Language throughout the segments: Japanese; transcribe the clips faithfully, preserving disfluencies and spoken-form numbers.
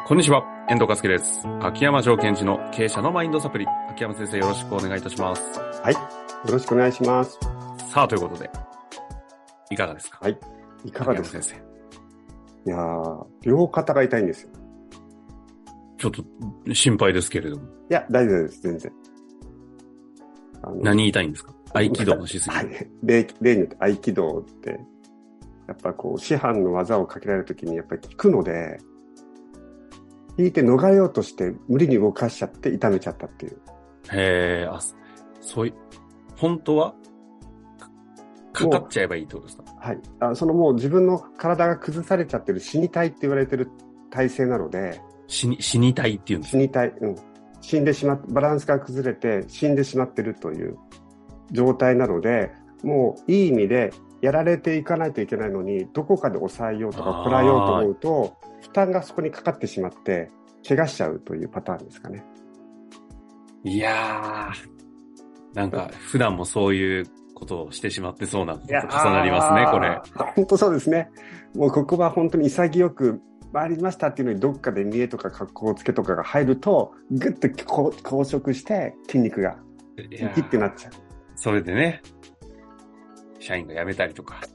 こんにちは、遠藤和樹です。秋山条件時の経営者のマインドサプリ。秋山先生、よろしくお願いいたします。 はい、よろしくお願いします。 さあ、ということで、いかがですか？ はい、いかがですか？ 秋山先生。いやー、両肩が痛いんですよ。 生。ちょっと心配ですけれども。いや、大丈夫です、全然。 あの何痛いんですか？合気道のしすぎ。 はい、例、例によって合気道って、やっぱこう、師範の技をかけられるときにやっぱり効くので、引いて逃れようとして無理に動かしちゃって痛めちゃったっていう。 へー、あ、そういう、本当はかかっちゃえばいいってことですか？ はい。あ、そのもう自分の体が崩されちゃってる死にたいって言われてる体勢なので。 死に、死にたいっていうんですか？ 死にたい。うん。死んでしまっ、バランスが崩れて死んでしまってるという状態なので、もういい意味でやられていかないといけないのに、どこかで抑えようとかこらえようと思うと、負担がそこにかかってしまって、怪我しちゃうというパターンですかね。 いやー、なんか普段もそういうことをしてしまってそうなことと重なりますね、これ。 本当そうですね。もうここは本当に潔く回りましたっていうのにどっかで見栄とか格好つけとかが入ると、ぐっと硬直して筋肉がギってなっちゃう。 それでね、社員が辞めたりとか。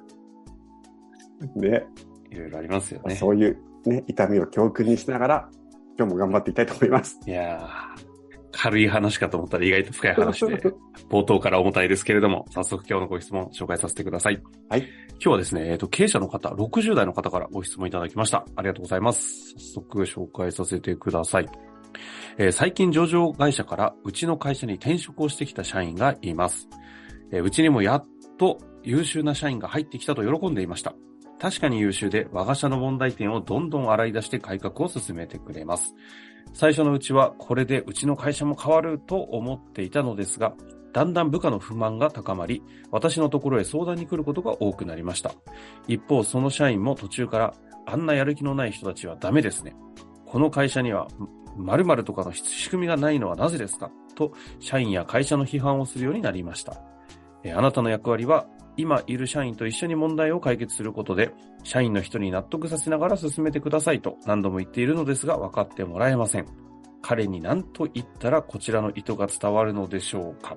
ね。 いろいろありますよね。 そういうね、痛みを教訓にしながら、今日も頑張っていきたいと思います。 いやー、軽い話かと思ったら意外と深い話で、冒頭から重たいですけれども、早速今日のご質問紹介させてください。 はい。 今日はですね、えっと、経営者の方、ろくじゅう代の方からご質問いただきました。ありがとうございます。早速紹介させてください。えー、最近上場会社からうちの会社に転職をしてきた社員がいます。えー、うちにもやっと優秀な社員が入ってきたと喜んでいました。確かに優秀で我が社の問題点をどんどん洗い出して改革を進めてくれます。最初のうちはこれでうちの会社も変わると思っていたのですが、だんだん部下の不満が高まり、私のところへ相談に来ることが多くなりました。一方、その社員も途中からあんなやる気のない人たちはダメですね。この会社には〇〇とかの仕組みがないのはなぜですかと社員や会社の批判をするようになりました。えあなたの役割は今いる社員と一緒に問題を解決することで社員の人に納得させながら進めてくださいと何度も言っているのですが分かってもらえません。彼に何と言ったらこちらの意図が伝わるのでしょうか。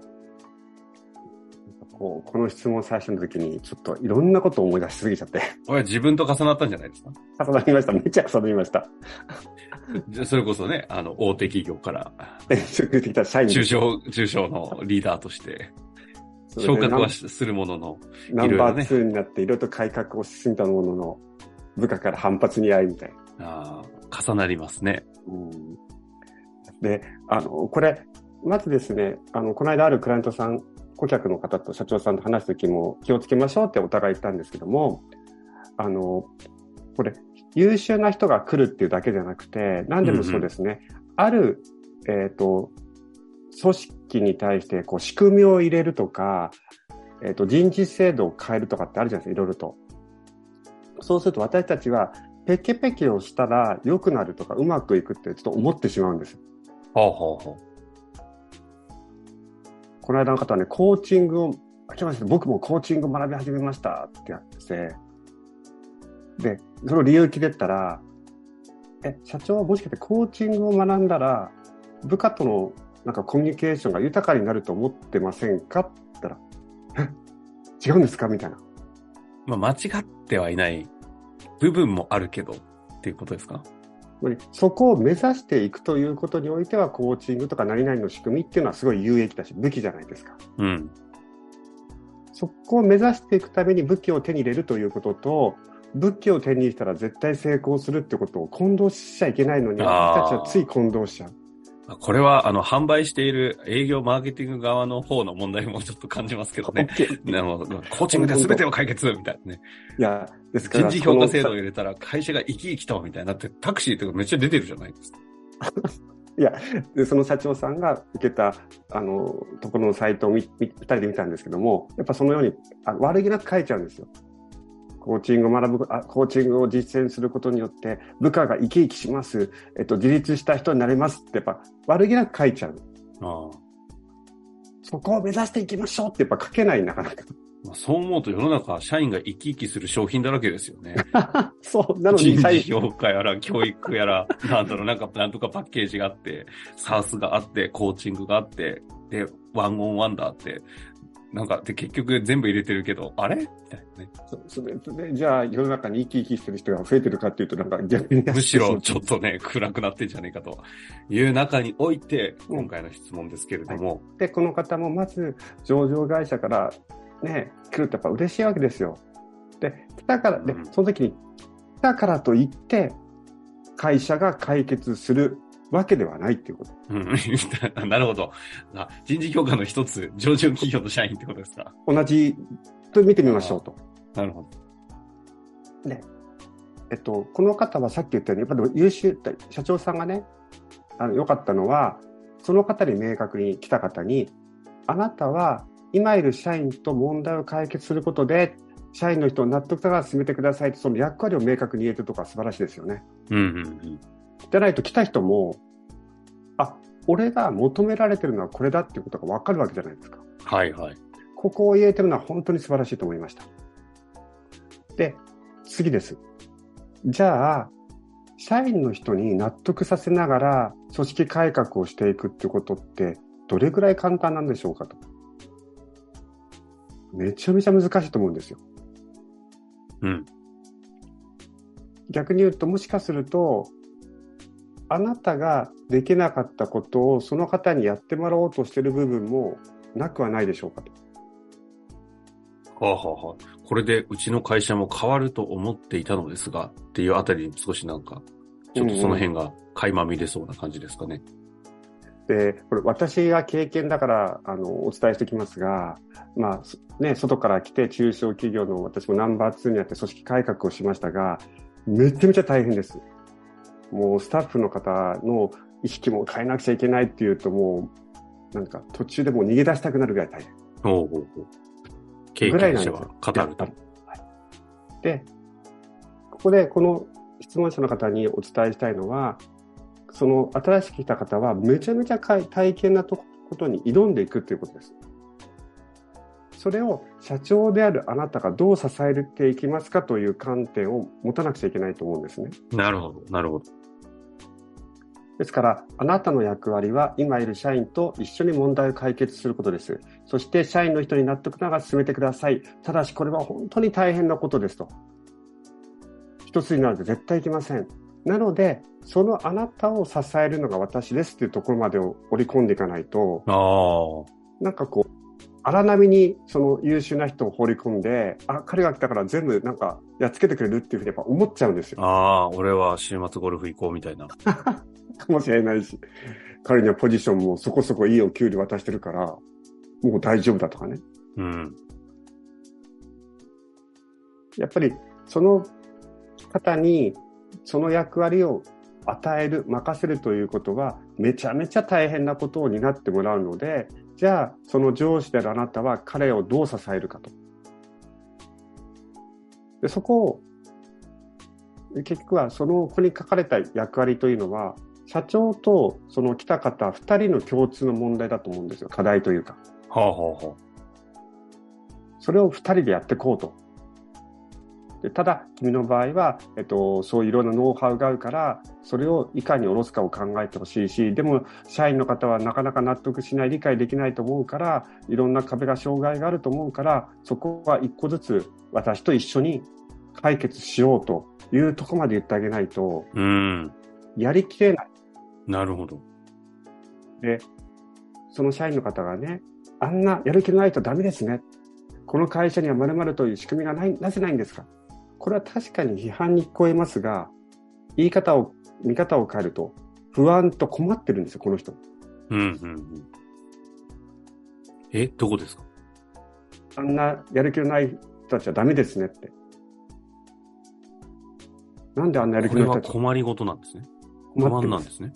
こうこの質問最初の時にちょっといろんなことを思い出しすぎちゃって。 これ自分と重なったんじゃないですか？ 重なりました。めっちゃ重なりました。 それこそね、あの大手企業から転職してきた社員中小中小のリーダーとして昇格はするものの、 ナンバーツーになっていろいろと改革を進んだものの部下から反発に遭いみたいな。 ああ、重なりますね。 うん、で、あのこれまずですね、あのこの間あるクライアントさん、顧客の方と社長さんと話すときも気をつけましょうってお互い言ったんですけども、あのこれ優秀な人が来るっていうだけじゃなくて、何でもそうですね、うんうん、あるえっと組織に対してこう仕組みを入れるとか、えっと人事制度を変えるとかってあるじゃないですか、いろいろと。そうすると私たちはペケペケをしたら良くなるとかうまくいくってちょっと思ってしまうんです。 ほうほうほう。 この間の方はね、コーチングを、僕もコーチングを学び始めましたってやってて、で、その理由聞いてったら、え、社長はもしかしてコーチングを学んだら部下とのなんかコミュニケーションが豊かになると思ってませんかって言ったら、え、違うんですかみたいな。 まあ、間違ってはいない部分もあるけどっていうことですか？ そこを目指していくということにおいては、コーチングとか何々の仕組みっていうのはすごい有益だし、武器じゃないですか。 うん。 そこを目指していくために武器を手に入れるということと、武器を手に入れたら絶対成功するってことを混同しちゃいけないのに、私たちはつい混同しちゃう。 これは、あの、販売している営業マーケティング側の方の問題もちょっと感じますけどね。でもコーチングで全てを解決みたいなね。 いや、ですから。 人事評価制度を入れたら会社が生き生きとみたいになって、タクシーってめっちゃ出てるじゃないですか。 いや、で、その社長さんが受けた、あの、ところのサイトをみ、み、二人で見たんですけども、やっぱそのように、あ悪気なく書いちゃうんですよ。コーチングを学ぶ、あ、コーチングを実践することによって部下が生き生きします。えっと、自立した人になれますってやっぱ悪気なく書いちゃう。ああ、そこを目指していきましょうってやっぱ書けない、なかなか。 まあ、そう思うと世の中は社員が生き生きする商品だらけですよね。 そう、なのに人社員事評価やら、教育やら、なんだろう、なんか、なんとかパッケージがあって、サースがあって、コーチングがあって、で、ワンオンワンダーって、なんか、で、結局全部入れてるけど、あれみたいなね。 そそれで、じゃあ世の中に生き生きする人が増えてるかっていうと、なんか逆にむしろちょっとね、暗くなってんじゃねえかという中において、今回の質問ですけれども。 はい、で、この方もまず上場会社からね、来るとやっぱ嬉しいわけですよ。で、来たから、で、その時に来たからといって、会社が解決するわけではないっていうこと。 うん、なるほど。人事評価の一つ、上場企業の社員ってことですか。 同じと見てみましょうと。 なるほど。で、えっと、この方はさっき言ったように、やっぱり優秀、社長さんがね、あの、良かったのは、その方に明確に来た方に、あなたは今いる社員と問題を解決することで、社員の人を納得から進めてくださいと、その役割を明確に言えてるところは素晴らしいですよね。 うんうんうん。 じゃないと来た人も、あ、俺が求められてるのはこれだっていうことが分かるわけじゃないですか。 はいはい。 ここを言えてるのは本当に素晴らしいと思いました。で、次です。じゃあ、社員の人に納得させながら組織改革をしていくっていうことってどれくらい簡単なんでしょうかと。めちゃめちゃ難しいと思うんですよ。 うん。 逆に言うと、もしかすると、あなたができなかったことをその方にやってもらおうとしている部分もなくはないでしょうかと。 はあはあはあ、これでうちの会社も変わると思っていたのですがっていうあたりに少しなんかちょっとその辺が垣間見れそうな感じですかね。 うんうん、でこれ私が経験だからあのお伝えしておきますが、まあね、外から来て中小企業の私もナンバーツーになって組織改革をしましたが、めちゃめちゃ大変です。もうスタッフの方の意識も変えなくちゃいけないっていうと、もうなんか途中でもう逃げ出したくなるぐらい大変。 おうおうおう、経験者は語ると。はい、 で、ここでこの質問者の方にお伝えしたいのは、その新しく来た方はめちゃめちゃ大変なことに挑んでいくということです。それを社長であるあなたがどう支えていきますかという観点を持たなくちゃいけないと思うんですね。 なるほど、なるほど。 ですから、あなたの役割は今いる社員と一緒に問題を解決することです。そして社員の人に納得ながら進めてください。ただしこれは本当に大変なことですと。一つになると絶対いけません。なので、そのあなたを支えるのが私ですっていうところまでを織り込んでいかないと、 あなんかこう、荒波にその優秀な人を放り込んで、あ、彼が来たから全部なんかやっつけてくれるっていうふうにやっぱ思っちゃうんですよ。 ああ、俺は週末ゴルフ行こうみたいな。 かもしれないし、彼にはポジションもそこそこいいお給料渡してるから、もう大丈夫だとかね。 うん。 やっぱりその方にその役割を与える、任せるということはめちゃめちゃ大変なことを担ってもらうので、じゃあその上司であるあなたは彼をどう支えるかと。でそこを結局はその子に書かれた役割というのは社長とその来た方ふたりの共通の問題だと思うんですよ。課題というか。 はあはあはあ。 それをふたりでやっていこうと。でただ君の場合は、えっと、そういういろんなノウハウがあるからそれをいかに下ろすかを考えてほしいし、でも社員の方はなかなか納得しない、理解できないと思うから、いろんな壁が障害があると思うから、そこは一個ずつ私と一緒に解決しようというところまで言ってあげないと、 うん、 やりきれない。 なるほど。 で、その社員の方がね、あんなやる気のないとダメですね。この会社には〇〇という仕組みがない、なぜないんですか。これは確かに批判に聞こえますが、言い方を、見方を変えると、不安と困ってるんですよ、この人。 うんうんうん。え、どこですか。 あんなやる気のない人たちはダメですねって。なんであんなやる気のない人たちは。 これは困りごとなんですね。不安なんですね。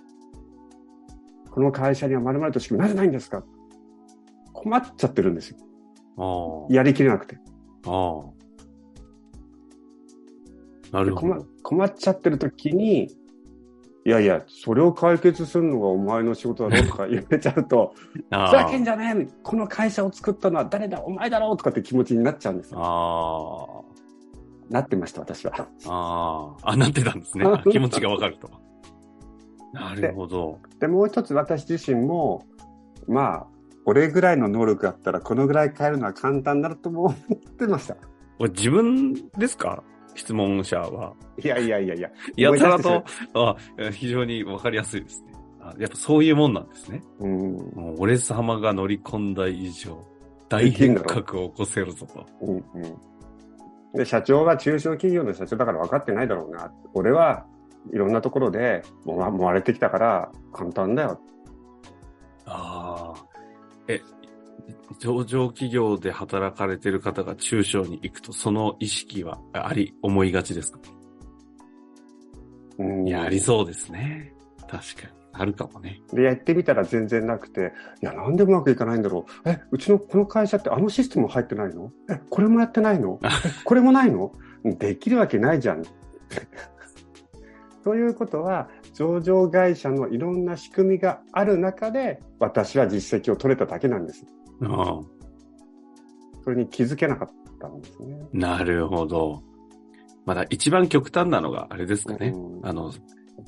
この会社には〇〇と仕組みなぜないんですか。困っちゃってるんですよ。 あやりきれなくて。 ああ。なるほど。 困、困っちゃってる時に、 いやいや、それを解決するのがお前の仕事だろとか言われちゃうと、ふざけんじゃねえ、この会社を作ったのは誰だ、お前だろうとかって気持ちになっちゃうんですよ。 ああ。 なってました、私は。 ああ。あ、なってたんですね。気持ちがわかると。なるほど。 で、でもう一つ私自身も、まあ、俺ぐらいの能力があったらこのぐらい変えるのは簡単になると思ってました。 これ自分ですか？質問者は。 いやいやいやいや。 やたらと、あ、非常にわかりやすいですね。あ、やっぱそういうもんなんですね。 うん。 もう俺様が乗り込んだ以上、大変革を起こせるぞと。 うんうん。で、社長は中小企業の社長だから分かってないだろうな。俺はいろんなところでもま、もわれてきたから簡単だよ。 ああ。え、上場企業で働かれてる方が中小に行くと、その意識はあり、思いがちですか？うん。いや、ありそうですね。確かに。あるかもね。 で、やってみたら全然なくて、いや、なんでうまくいかないんだろう。え、うちのこの会社ってあのシステム入ってないの？え、これもやってないの？え、これもないの？できるわけないじゃん。ということは、上場会社のいろんな仕組みがある中で、私は実績を取れただけなんです。 ああ。 それに気づけなかったんですね。 なるほど。まだ一番極端なのがあれですかね。うん、あの、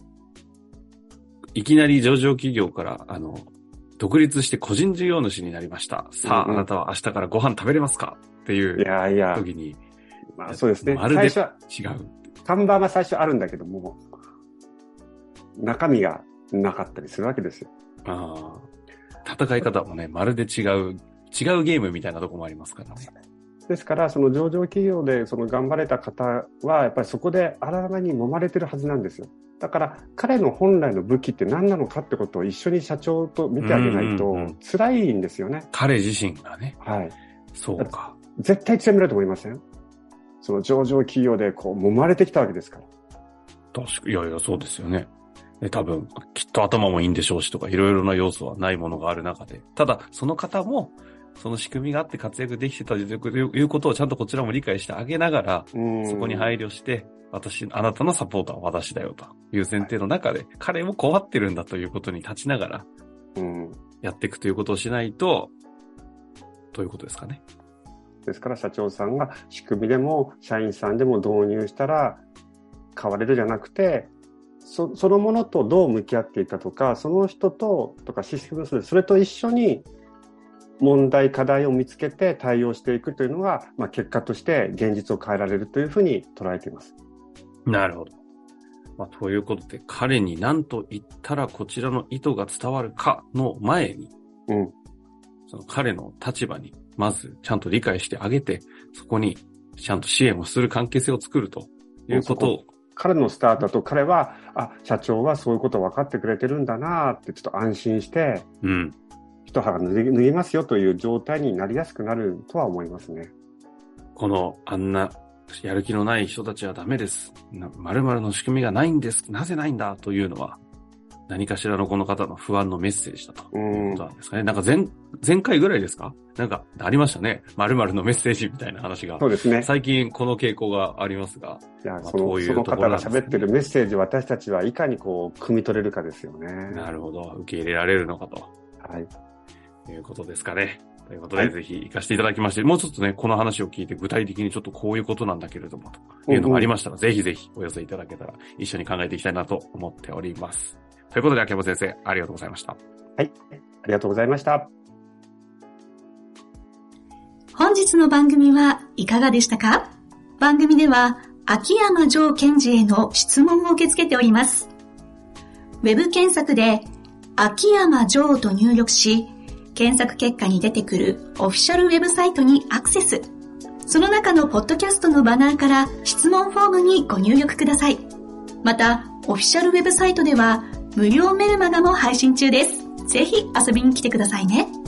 いきなり上場企業から、あの、独立して個人事業主になりました。さあ、うんうん、あなたは明日からご飯食べれますかっていう時に。いやいや。 まあそうですね。 まるで違う。 看板は最初あるんだけども、中身がなかったりするわけですよ。 ああ。戦い方もね、まるで違う、違うゲームみたいなところもありますからね。 ですから、その上場企業でその頑張れた方は、やっぱりそこで荒々に揉まれてるはずなんですよ。だから、彼の本来の武器って何なのかってことを一緒に社長と見てあげないと辛いんですよね。うんうんうん、 彼自身がね。 はい。 そうか。 絶対強められると思いません？その上場企業でこう揉まれてきたわけですから。 確か、いやいや、そうですよね。で、多分、きっと頭もいいんでしょうしとか、いろいろな要素はないものがある中で。ただ、その方も、その仕組みがあって活躍できてたということをちゃんとこちらも理解してあげながら、そこに配慮して、私、あなたのサポーターは私だよという前提の中で、彼も困ってるんだということに立ちながら、やっていくということをしないと、ということですかね。 ですから社長さんが仕組みでも社員さんでも導入したら変われるじゃなくて、そ, そのものとどう向き合っていたとか、その人ととかシステムそれそれと一緒に問題課題を見つけて対応していくというのが、まあ、結果として現実を変えられるというふうに捉えています。 なるほど。まあ、ということで彼に何と言ったらこちらの意図が伝わるかの前に、 うん、 その彼の立場にまずちゃんと理解してあげて、そこにちゃんと支援をする関係性を作るということを。 彼のスタートと彼は、あ、社長はそういうことを分かってくれてるんだなってちょっと安心して、 うん。 一肌脱ぎ、脱ぎますよという状態になりやすくなるとは思いますね。 この、あんな、やる気のない人たちはダメです。〇〇の仕組みがないんです。なぜないんだというのは、何かしらのこの方の不安のメッセージだということなんですかね。なんか前、前回ぐらいですか？なんかありましたね。〇〇のメッセージみたいな話が。 そうですね。 最近この傾向がありますが。 いや、まあ、その、ういうその方が喋ってるメッセージを私たちはいかにこう、汲み取れるかですよね。 なるほど。受け入れられるのかと。 はい。 ということですかね。ということで、はい、ぜひ活かしていただきまして、もうちょっとね、この話を聞いて具体的にちょっとこういうことなんだけれども、というのがありましたら、うんうん、ぜひぜひお寄せいただけたら一緒に考えていきたいなと思っております。ということで、秋山先生、ありがとうございました。 はい。ありがとうございました。 本日の番組はいかがでしたか？番組では、秋山城賢治への質問を受け付けております。ウェブ検索で、秋山城と入力し、検索結果に出てくるオフィシャルウェブサイトにアクセス。その中のポッドキャストのバナーから質問フォームにご入力ください。また、オフィシャルウェブサイトでは無料メルマガも配信中です。ぜひ遊びに来てくださいね。